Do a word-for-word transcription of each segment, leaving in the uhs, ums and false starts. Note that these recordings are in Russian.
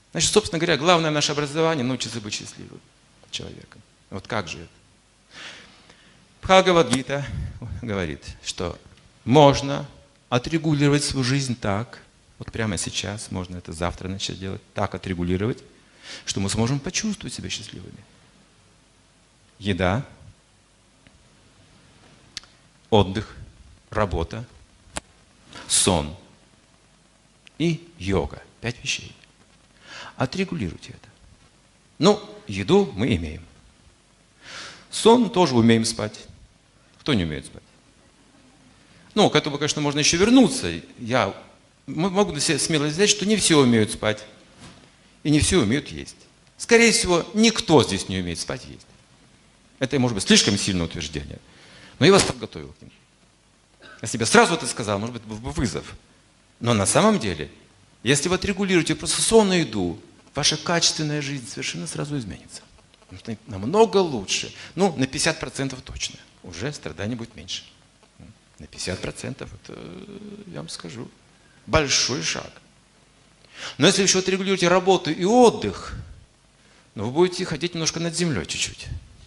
Значит, собственно говоря, главное наше образование — научиться быть счастливым человеком. Вот как же это? Бхагавад-гита говорит, что можно отрегулировать свою жизнь так, вот прямо сейчас, можно это завтра начать делать, так отрегулировать, что мы сможем почувствовать себя счастливыми. Еда, отдых, работа, сон и йога. Пять вещей. Отрегулируйте это. Ну, еду мы имеем. Сон тоже умеем спать. Кто не умеет спать? Ну, к этому, конечно, можно еще вернуться. Я могу для себя смело сказать, что не все умеют спать. И не все умеют есть. Скорее всего, никто здесь не умеет спать и есть. Это, может быть, слишком сильное утверждение. Но я вас подготовил к нему. Если бы я сразу это сказал, может быть, был бы вызов. Но на самом деле, если вы отрегулируете просто сон и еду, ваша качественная жизнь совершенно сразу изменится. Намного лучше. Ну, на пятьдесят процентов точно. Уже страданий будет меньше. На пятьдесят процентов, это, я вам скажу, большой шаг. Но если вы еще отрегулируете работу и отдых, ну, вы будете ходить немножко над землей чуть-чуть.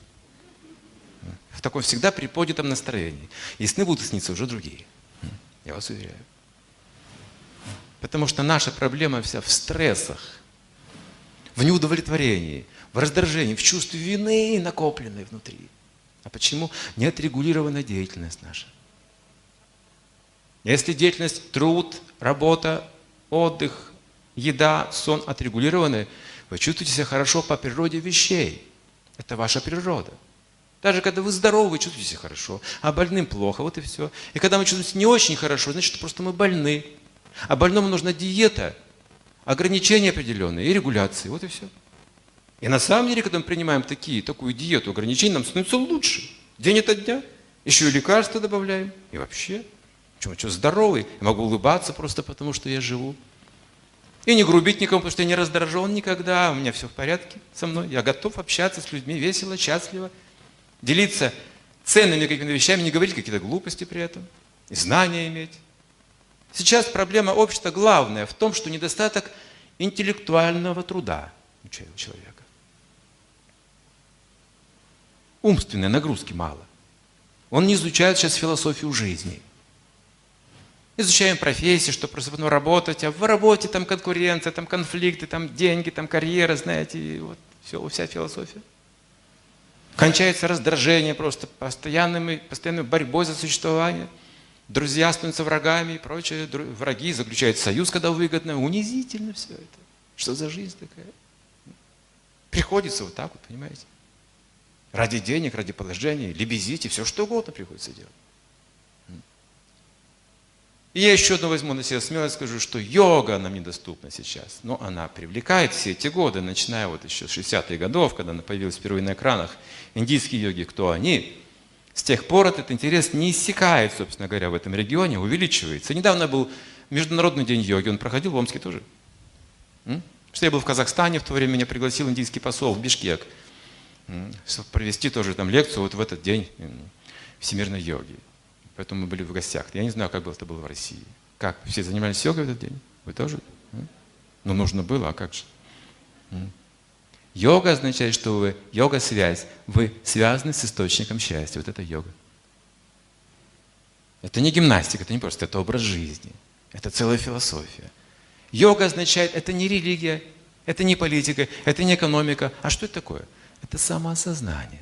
В таком всегда приподнятом настроении. И сны будут сниться уже другие. Я вас уверяю. Потому что наша проблема вся в стрессах, в неудовлетворении, в раздражении, в чувстве вины, накопленной внутри. А почему? Неотрегулированная деятельность наша. Если деятельность, труд, работа, отдых, еда, сон отрегулированы, вы чувствуете себя хорошо по природе вещей. Это ваша природа. Даже когда вы здоровы, вы чувствуете себя хорошо, а больным плохо, вот и все. И когда мы чувствуем себя не очень хорошо, значит, просто мы больны. А больному нужна диета, ограничения определенные и регуляции, вот и все. И на самом деле, когда мы принимаем такие, такую диету ограничений, нам становится лучше. День ото дня. Еще и лекарства добавляем. И вообще, что, что здоровый. Я могу улыбаться просто потому, что я живу. И не грубить никому, потому что я не раздражен никогда. У меня все в порядке со мной. Я готов общаться с людьми весело, счастливо. Делиться ценными какими-то вещами, не говорить какие-то глупости при этом. И знания иметь. Сейчас проблема общества главная в том, что недостаток интеллектуального труда у человека. Умственной нагрузки мало. Он не изучает сейчас философию жизни. Изучаем профессии, чтобы просто потом работать, а в работе там конкуренция, там конфликты, там деньги, там карьера, знаете, и вот все, вся философия. Кончается раздражение просто постоянной, постоянной борьбой за существование. Друзья становятся врагами и прочее. Враги заключают союз, когда выгодно. Унизительно все это. Что за жизнь такая? Приходится вот так вот, понимаете? Ради денег, ради положения, лебезите, все что угодно приходится делать. И я еще одну возьму на себя смелость, скажу, что йога нам недоступна сейчас. Но она привлекает все эти годы, начиная вот еще с шестидесятых годов, когда она появилась впервые на экранах. Индийские йоги, кто они? С тех пор этот интерес не иссякает, собственно говоря, в этом регионе, увеличивается. Недавно был Международный день йоги, он проходил в Омске тоже. Что я был в Казахстане, в то время меня пригласил индийский посол в Бишкек, чтобы провести тоже там лекцию вот в этот день всемирной йоги. Поэтому мы были в гостях. Я не знаю, как было это было в России. Как? Все занимались йогой в этот день? Вы тоже? Ну, нужно было, а как же? Йога означает, что вы, йога-связь, вы связаны с источником счастья. Вот это йога. Это не гимнастика, это не просто, это образ жизни. Это целая философия. Йога означает, это не религия, это не политика, это не экономика. А что это такое? Это самоосознание.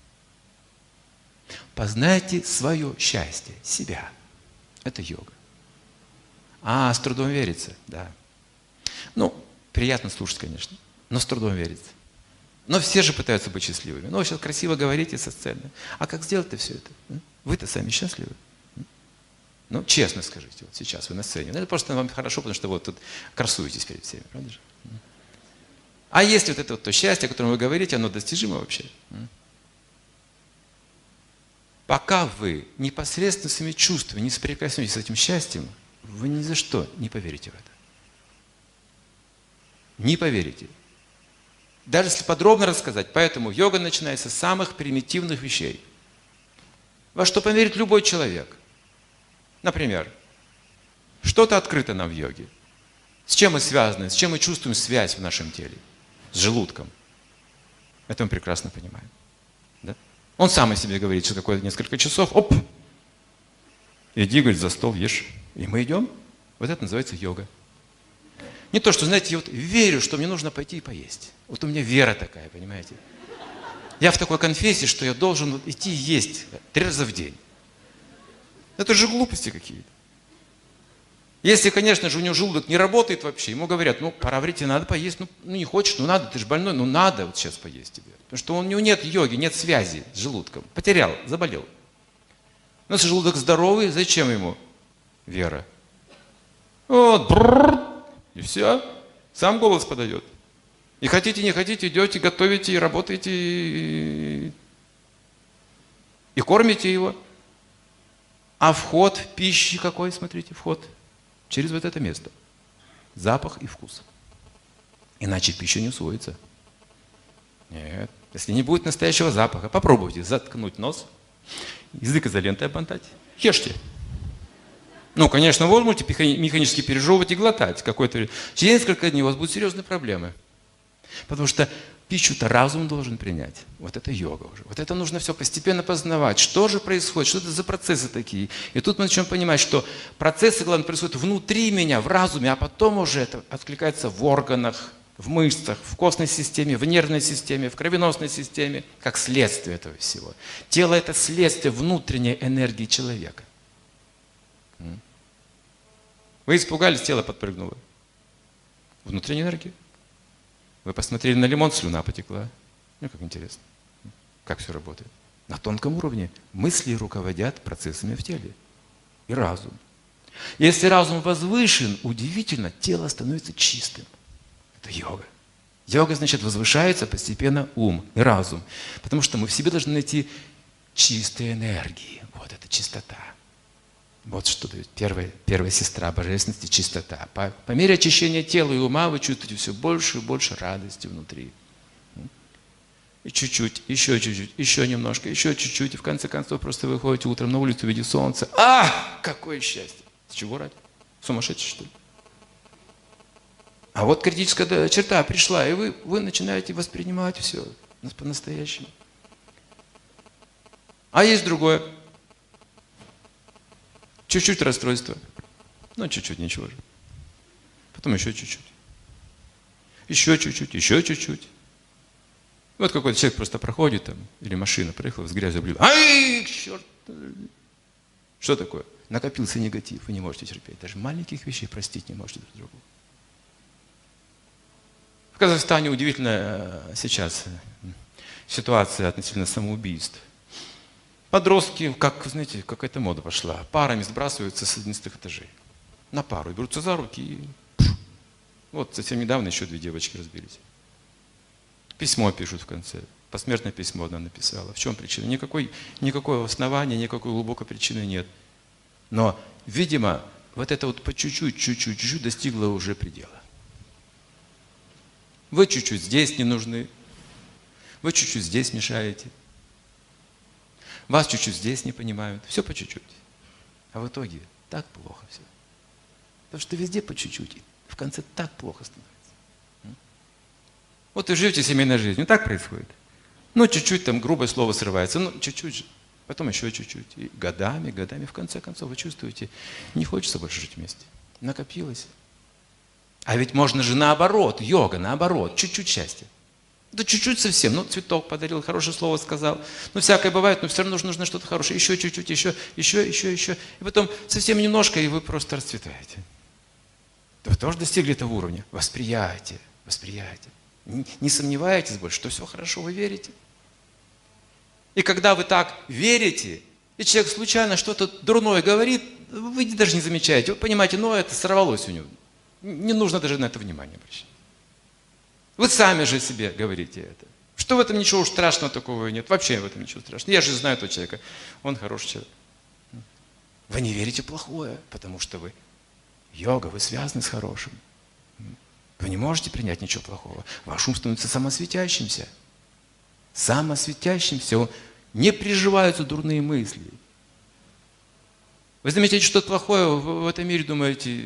Познайте свое счастье, себя. Это йога. А, с трудом верится, да. Ну, приятно слушать, конечно, но с трудом верится. Но все же пытаются быть счастливыми. Ну, вы сейчас красиво говорите со сцены. А как сделать-то все это? Вы-то сами счастливы? Ну, честно скажите, вот сейчас вы на сцене. Ну, это просто вам хорошо, потому что вот тут красуетесь перед всеми, правда же? А если вот это вот то счастье, о котором вы говорите, оно достижимо вообще? Пока вы непосредственно своими чувствами не соприкоснетесь с этим счастьем, вы ни за что не поверите в это. Не поверите. Даже если подробно рассказать, поэтому йога начинается с самых примитивных вещей. Во что поверит любой человек. Например, что-то открыто нам в йоге. С чем мы связаны? С чем мы чувствуем связь в нашем теле? С желудком. Это мы прекрасно понимаем. Да? Он сам о себе говорит, что такое несколько часов, оп, иди, говорит, за стол ешь. И мы идем. Вот это называется йога. Не то, что, знаете, я вот верю, что мне нужно пойти и поесть. Вот у меня вера такая, понимаете? Я в такой конфессии, что я должен идти есть три раза в день. Это же глупости какие-то. Если, конечно же, у него желудок не работает вообще, ему говорят, ну, пора врите, надо поесть. Ну, ну, не хочешь, ну надо, ты же больной, ну надо вот сейчас поесть тебе. Потому что у него нет йоги, нет связи с желудком. Потерял, заболел. Но если желудок здоровый, зачем ему вера? Вот, бррр, и все. Сам голос подает. И хотите, не хотите, идете, готовите, и работаете, и, и кормите его. А вход пищи какой, смотрите, вход через вот это место. Запах и вкус. Иначе пища не усвоится. Нет. Если не будет настоящего запаха, попробуйте заткнуть нос, язык изолентой обмотать, ешьте. Ну, конечно, вы можете механически пережевывать и глотать какое-то. Через несколько дней у вас будут серьезные проблемы. Потому что пищу-то разум должен принять. Вот это йога уже. Вот это нужно все постепенно познавать. Что же происходит? Что это за процессы такие? И тут мы начнем понимать, что процессы, главное, происходят внутри меня, в разуме, а потом уже это откликается в органах, в мышцах, в костной системе, в нервной системе, в кровеносной системе, как следствие этого всего. Тело – это следствие внутренней энергии человека. Вы испугались, тело подпрыгнуло. Внутренняя энергия. Вы посмотрели на лимон, слюна потекла. Ну, как интересно. Как все работает. На тонком уровне мысли руководят процессами в теле. И разум. Если разум возвышен, удивительно, тело становится чистым. Это йога. Йога, значит, возвышается постепенно ум и разум. Потому что мы в себе должны найти чистые энергии. Вот это чистота. Вот что дает первая, первая сестра божественности – чистота. По, по мере очищения тела и ума вы чувствуете все больше и больше радости внутри. И чуть-чуть, еще чуть-чуть, еще немножко, еще чуть-чуть. И в конце концов просто выходите утром на улицу в виде солнца. А, какое счастье! С чего ради? Сумасшедший, что ли? А вот критическая черта пришла, и вы, вы начинаете воспринимать все по-настоящему. А есть другое. Чуть-чуть расстройство. Ну, чуть-чуть, ничего же. Потом еще чуть-чуть. Еще чуть-чуть, еще чуть-чуть. Вот какой-то человек просто проходит там, или машина проехала, с грязью облила. Ай, черт! Что такое? Накопился негатив, вы не можете терпеть. Даже маленьких вещей простить не можете друг другу. В Казахстане удивительная сейчас ситуация относительно самоубийств. Подростки, как, знаете, какая-то мода пошла, парами сбрасываются с одиннадцатых этажей. На пару. И берутся за руки и... Вот совсем недавно еще две девочки разбились. Письмо пишут в конце. Посмертное письмо она написала. В чем причина? Никакой, никакого основания, никакой глубокой причины нет. Но, видимо, вот это вот по чуть-чуть, чуть-чуть, чуть-чуть достигло уже предела. Вы чуть-чуть здесь не нужны. Вы чуть-чуть здесь мешаете. Вас чуть-чуть здесь не понимают. Все по чуть-чуть. А в итоге так плохо все. Потому что везде по чуть-чуть. И в конце так плохо становится. Вот вы живете семейной жизнью. Так происходит. Ну, чуть-чуть там грубое слово срывается. Ну, чуть-чуть же. Потом еще чуть-чуть. И годами, годами, в конце концов, вы чувствуете, не хочется больше жить вместе. Накопилось. А ведь можно же наоборот. Йога, наоборот. Чуть-чуть счастья. Да чуть-чуть совсем, ну цветок подарил, хорошее слово сказал. Ну всякое бывает, но все равно нужно что-то хорошее. Еще чуть-чуть, еще, еще, еще, еще. И потом совсем немножко, и вы просто расцветаете. Вы тоже достигли этого уровня. Восприятие, восприятие. Не, не сомневаетесь больше, что все хорошо, вы верите. И когда вы так верите, и человек случайно что-то дурное говорит, вы даже не замечаете. Вы понимаете, ну это сорвалось у него. Не нужно даже на это внимание обращать. Вы сами же себе говорите это. Что в этом ничего уж страшного такого нет. Вообще в этом ничего страшного. Я же знаю этого человека. Он хороший человек. Вы не верите в плохое, потому что вы йога, вы связаны с хорошим. Вы не можете принять ничего плохого. Ваш ум становится самосветящимся. Самосветящимся. Не приживаются дурные мысли. Вы заметите что-то плохое в этом мире, думаете,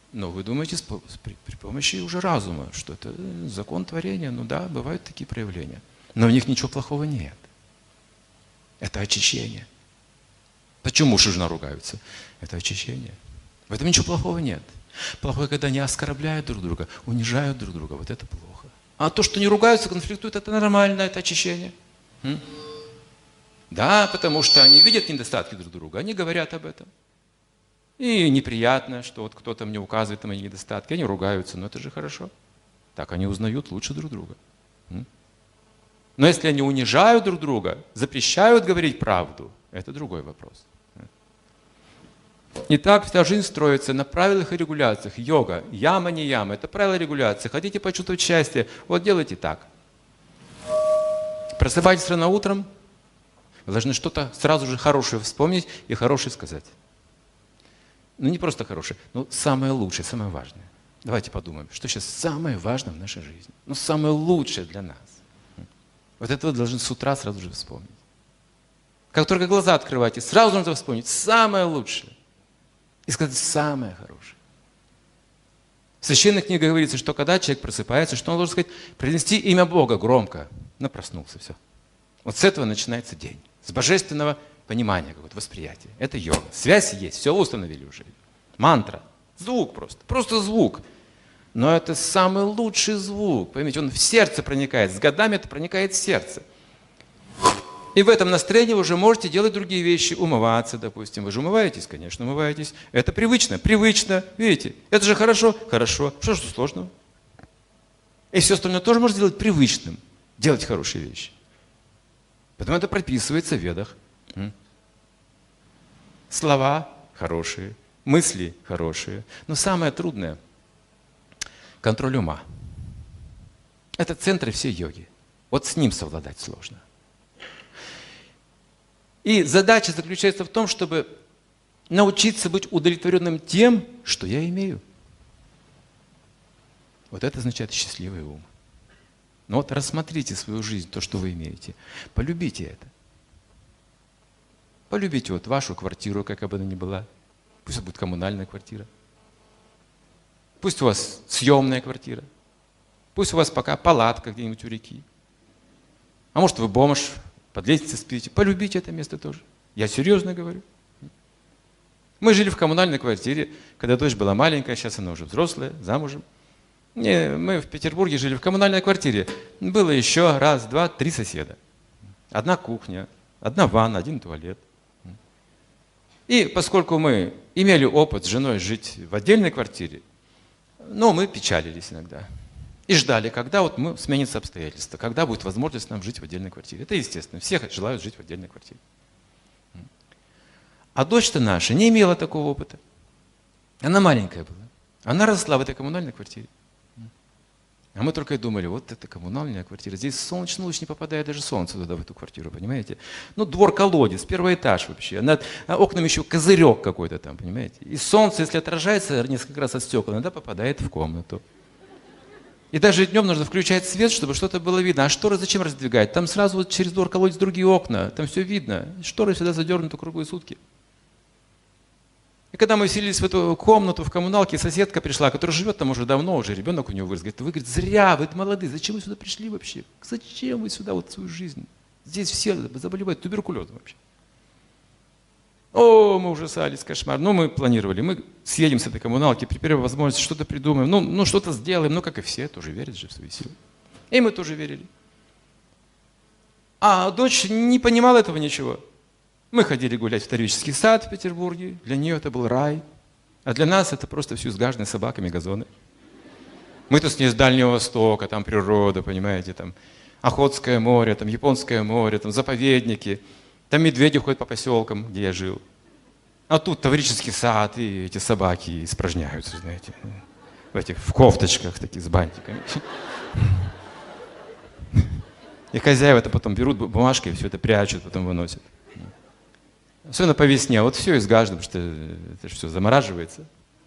Но вы думаете при, при помощи уже разума, что это закон творения, ну да, бывают такие проявления. Но в них ничего плохого нет. Это очищение. Почему муж и жена ругаются? Это очищение. В этом ничего плохого нет. Плохое, когда они оскорбляют друг друга, унижают друг друга. Вот это плохо. А то, что не ругаются, конфликтуют, это нормально, это очищение. М? Да, потому что они видят недостатки друг друга, они говорят об этом. И неприятно, что вот кто-то мне указывает на мои недостатки, они ругаются, но это же хорошо. Так они узнают лучше друг друга. М? Но если они унижают друг друга, запрещают говорить правду, это другой вопрос. Итак, вся жизнь строится на правилах и регуляциях. Йога, яма, не яма, это правила регуляции. Хотите почувствовать счастье, вот делайте так. Просыпайтесь рано утром, вы должны что-то сразу же хорошее вспомнить и хорошее сказать. Ну не просто хорошее, но самое лучшее, самое важное. Давайте подумаем, что сейчас самое важное в нашей жизни. Ну самое лучшее для нас. Вот это вы должны с утра сразу же вспомнить. Как только глаза открываете, сразу нужно вспомнить самое лучшее. И сказать самое хорошее. В священной книге говорится, что когда человек просыпается, что он должен сказать, произнести имя Бога громко. Ну, проснулся, все. Вот с этого начинается день. С божественного понимания, какого-то восприятия. Это йога. Связь есть, все установили уже. Мантра. Звук просто. Просто звук. Но это самый лучший звук. Поймите, он в сердце проникает. С годами это проникает в сердце. И в этом настроении вы уже можете делать другие вещи. Умываться, допустим. Вы же умываетесь, конечно, умываетесь. Это привычно. Привычно. Видите? Это же хорошо. Хорошо. Что же сложного? И все остальное тоже можно сделать привычным. Делать хорошие вещи. Потому это прописывается в ведах. Слова хорошие. Мысли хорошие. Но самое трудное – контроль ума. Это центр всей йоги. Вот с ним совладать сложно. И задача заключается в том, чтобы научиться быть удовлетворенным тем, что я имею. Вот это означает счастливый ум. Но вот рассмотрите свою жизнь, то, что вы имеете. Полюбите это. Полюбите вот вашу квартиру, как бы она ни была. Пусть это будет коммунальная квартира. Пусть у вас съемная квартира. Пусть у вас пока палатка где-нибудь у реки. А может, вы бомж, под лестницей спите. Полюбите это место тоже. Я серьезно говорю. Мы жили в коммунальной квартире, когда дочь была маленькая, сейчас она уже взрослая, замужем. Не, мы в Петербурге жили в коммунальной квартире. Было еще раз, два, три соседа. Одна кухня, одна ванна, один туалет. И поскольку мы имели опыт с женой жить в отдельной квартире, но мы печалились иногда. И ждали, когда вот мы сменятся обстоятельства, когда будет возможность нам жить в отдельной квартире. Это естественно, все желают жить в отдельной квартире. А дочь-то наша не имела такого опыта. Она маленькая была. Она росла в этой коммунальной квартире. А мы только и думали, вот это коммунальная квартира. Здесь солнечный луч не попадает, даже солнце туда, в эту квартиру, понимаете? Ну, двор-колодец, первый этаж вообще. Над окнами еще козырек какой-то там, понимаете? И солнце, если отражается несколько раз от стекла, иногда попадает в комнату. И даже днем нужно включать свет, чтобы что-то было видно. А шторы зачем раздвигать? Там сразу вот через двор-колодец другие окна, там все видно. Шторы всегда задернуты круглые сутки. И когда мы вселились в эту комнату, в коммуналке, соседка пришла, которая живет там уже давно, уже ребенок у нее вырос. Говорит, вы, говорит, зря, вы молодые, зачем вы сюда пришли вообще? Зачем вы сюда вот свою жизнь? Здесь все заболевают туберкулезом вообще. О, мы ужасались, кошмар. Ну, мы планировали, мы съедем с этой коммуналки, при первой возможности что-то придумаем, ну, ну что-то сделаем, ну, как и все, тоже верят же в свои силы. И мы тоже верили. А дочь не понимала этого ничего. Мы ходили гулять в Таврический сад в Петербурге, для нее это был рай, а для нас это просто все сгаженные собаками газоны. Мы-то с ней с Дальнего Востока, там природа, понимаете, там Охотское море, там Японское море, там заповедники, там медведи ходят по поселкам, где я жил. А тут Таврический сад, и эти собаки испражняются, знаете, в этих, в кофточках таких с бантиками. И хозяева-то потом берут бумажкой, все это прячут, потом выносят. Особенно по весне, вот все изгажено, потому что это все замораживается.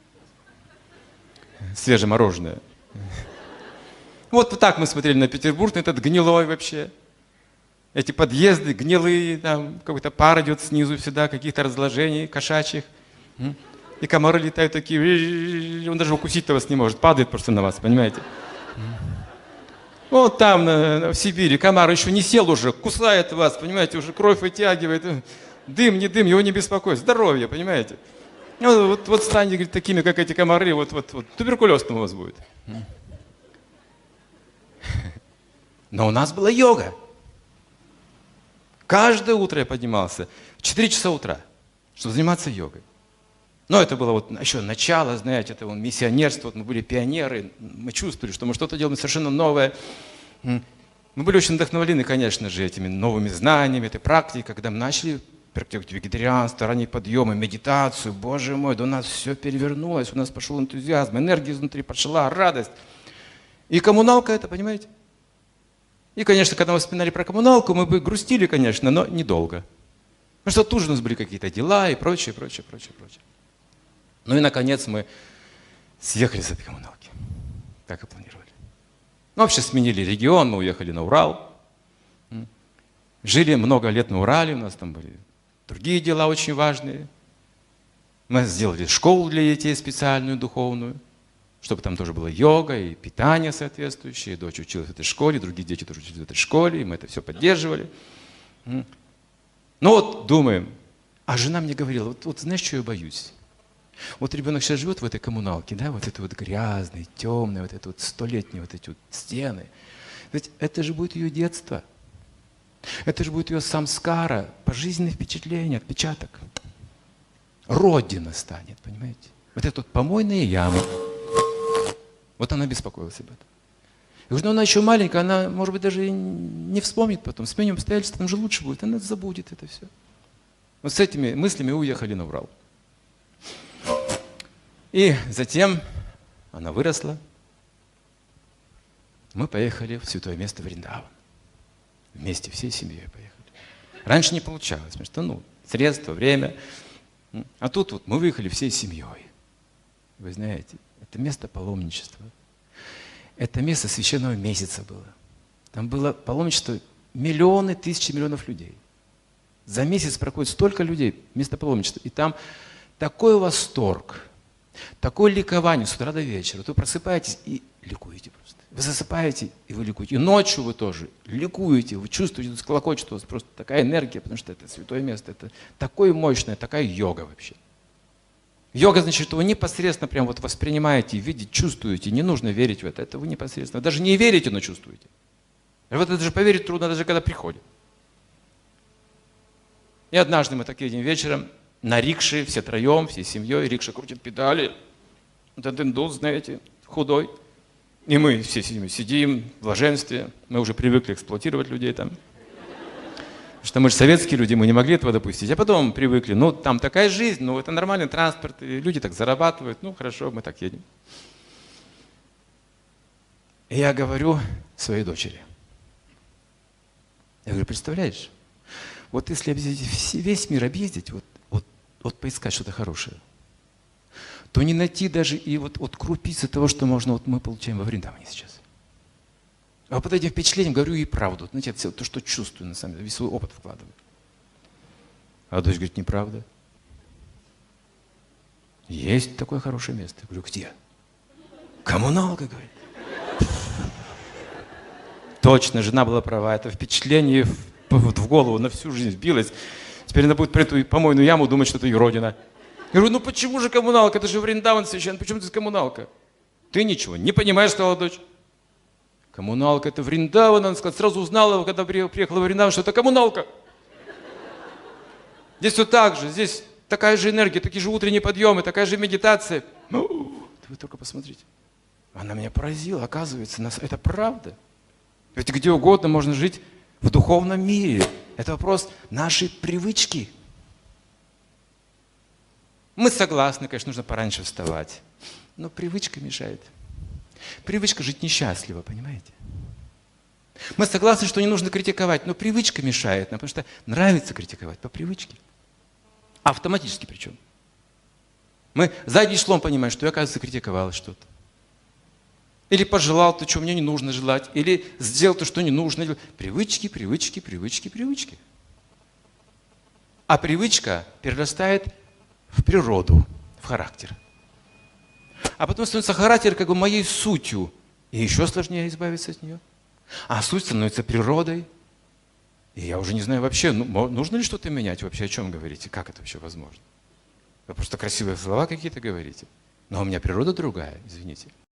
Свежее мороженое. Вот так мы смотрели на Петербург, на этот гнилой вообще. Эти подъезды гнилые, там какой-то пар идет снизу всегда, каких-то разложений кошачьих. И комары летают такие, он даже укусить-то вас не может, падает просто на вас, понимаете? Вот там, в Сибири, комар еще не сел уже, кусает вас, понимаете, уже кровь вытягивает. Дым, не дым, его не беспокоит. Здоровье, понимаете? Вот, вот, вот станьте, говорит, такими, как эти комары, вот, вот, вот. Туберкулез там у вас будет. Но у нас была йога. Каждое утро я поднимался в четыре часа утра, чтобы заниматься йогой. Но это было вот еще начало, знаете, это вот миссионерство, вот мы были пионеры, мы чувствовали, что мы что-то делаем совершенно новое. Мы были очень вдохновлены, конечно же, этими новыми знаниями, этой практикой, когда мы начали практиковать вегетарианство, ранние подъемы, медитацию. Боже мой, да у нас все перевернулось, у нас пошел энтузиазм, энергия изнутри пошла, радость. И коммуналка это, понимаете? И, конечно, когда мы вспоминали про коммуналку, мы бы грустили, конечно, но недолго. Потому что тут же у нас были какие-то дела и прочее, прочее, прочее, прочее. Ну и, наконец, мы съехали с этой коммуналки. Так и планировали. Ну, вообще сменили регион, мы уехали на Урал. Жили много лет на Урале, у нас там были другие дела очень важные. Мы сделали школу для детей специальную, духовную, чтобы там тоже была йога и питание соответствующее. Дочь училась в этой школе, другие дети тоже учились в этой школе, и мы это все поддерживали. Ну вот думаем, а жена мне говорила, вот, вот знаешь, что я боюсь? Вот ребенок сейчас живет в этой коммуналке, да, вот это вот грязный, темный, вот это вот столетние вот эти вот стены. Ведь это же будет ее детство. Это же будет ее самскара, пожизненное впечатление, отпечаток. Родина станет, понимаете? Вот это вот помойные ямы. Вот она беспокоилась об этом. Я говорю, ну она еще маленькая, она, может быть, даже и не вспомнит потом. Сменим обстоятельства, там же лучше будет. Она забудет это все. Вот с этими мыслями уехали на Урал. И затем она выросла. Мы поехали в святое место Вриндаван. Вместе, всей семьей поехали. Раньше не получалось, потому что, ну, средства, время. А тут вот мы выехали всей семьей. Вы знаете, это место паломничества. Это место священного месяца было. Там было паломничество миллионы, тысячи миллионов людей. За месяц проходит столько людей, место паломничества. И там такой восторг, такое ликование с утра до вечера. Вот вы просыпаетесь и ликуете просто. Вы засыпаете, и вы ликуете. И ночью вы тоже ликуете, вы чувствуете, колокочет у вас просто такая энергия, потому что это святое место, это такое мощное, такая йога вообще. Йога значит, что вы непосредственно прям вот воспринимаете, видите, чувствуете, не нужно верить в это, это вы непосредственно. Даже не верите, но чувствуете. Вот это же поверить трудно, даже когда приходит. И однажды мы так едем вечером на рикше, все троем, всей семьей, рикша крутит педали. Этот индус, знаете, худой. И мы все сидим, сидим в блаженстве, мы уже привыкли эксплуатировать людей там. Потому что мы же советские люди, мы не могли этого допустить. А потом привыкли, ну там такая жизнь, ну это нормальный транспорт, и люди так зарабатывают, ну хорошо, мы так едем. И я говорю своей дочери, я говорю, представляешь, вот если объездить, весь мир объездить, вот, вот, вот поискать что-то хорошее, то не найти даже и вот, вот крупицы того, что можно, вот мы получаем во Вриндаване сейчас. А под этим впечатлением говорю ей правду. Знаете, все то, что чувствую, на самом деле, весь свой опыт вкладываю. А дочь говорит, неправда. Есть такое хорошее место. Я говорю, где? Коммуналка, говорит. Точно, жена была права. Это впечатление в, в голову на всю жизнь вбилось. Теперь она будет про эту помойную яму думать, что это ее родина. Я говорю, ну почему же коммуналка? Это же Вриндаван священный. Почему здесь коммуналка? Ты ничего не понимаешь, сказала дочь. Коммуналка, это Вриндаван. Она сказала, сразу узнала, когда приехала в Вриндаван, что это коммуналка. Здесь все так же. Здесь такая же энергия, такие же утренние подъемы, такая же медитация. Ну, вы только посмотрите. Она меня поразила. Оказывается, это правда. Ведь где угодно можно жить в духовном мире. Это вопрос нашей привычки. Мы согласны, конечно, нужно пораньше вставать. Но привычка мешает. Привычка жить несчастливо, понимаете? Мы согласны, что не нужно критиковать, но привычка мешает нам, потому что нравится критиковать по привычке. Автоматически причем. Мы задним числом понимаем, что я, оказывается, критиковал что-то. Или пожелал то, что мне не нужно желать, или сделал то, что не нужно делать. Привычки, привычки, привычки, привычки. А привычка перерастает в природу, в характер. А потом становится характер как бы моей сутью. И еще сложнее избавиться от нее. А суть становится природой. И я уже не знаю вообще, ну, нужно ли что-то менять вообще, о чем говорите, как это вообще возможно. Вы просто красивые слова какие-то говорите. Но у меня природа другая, извините.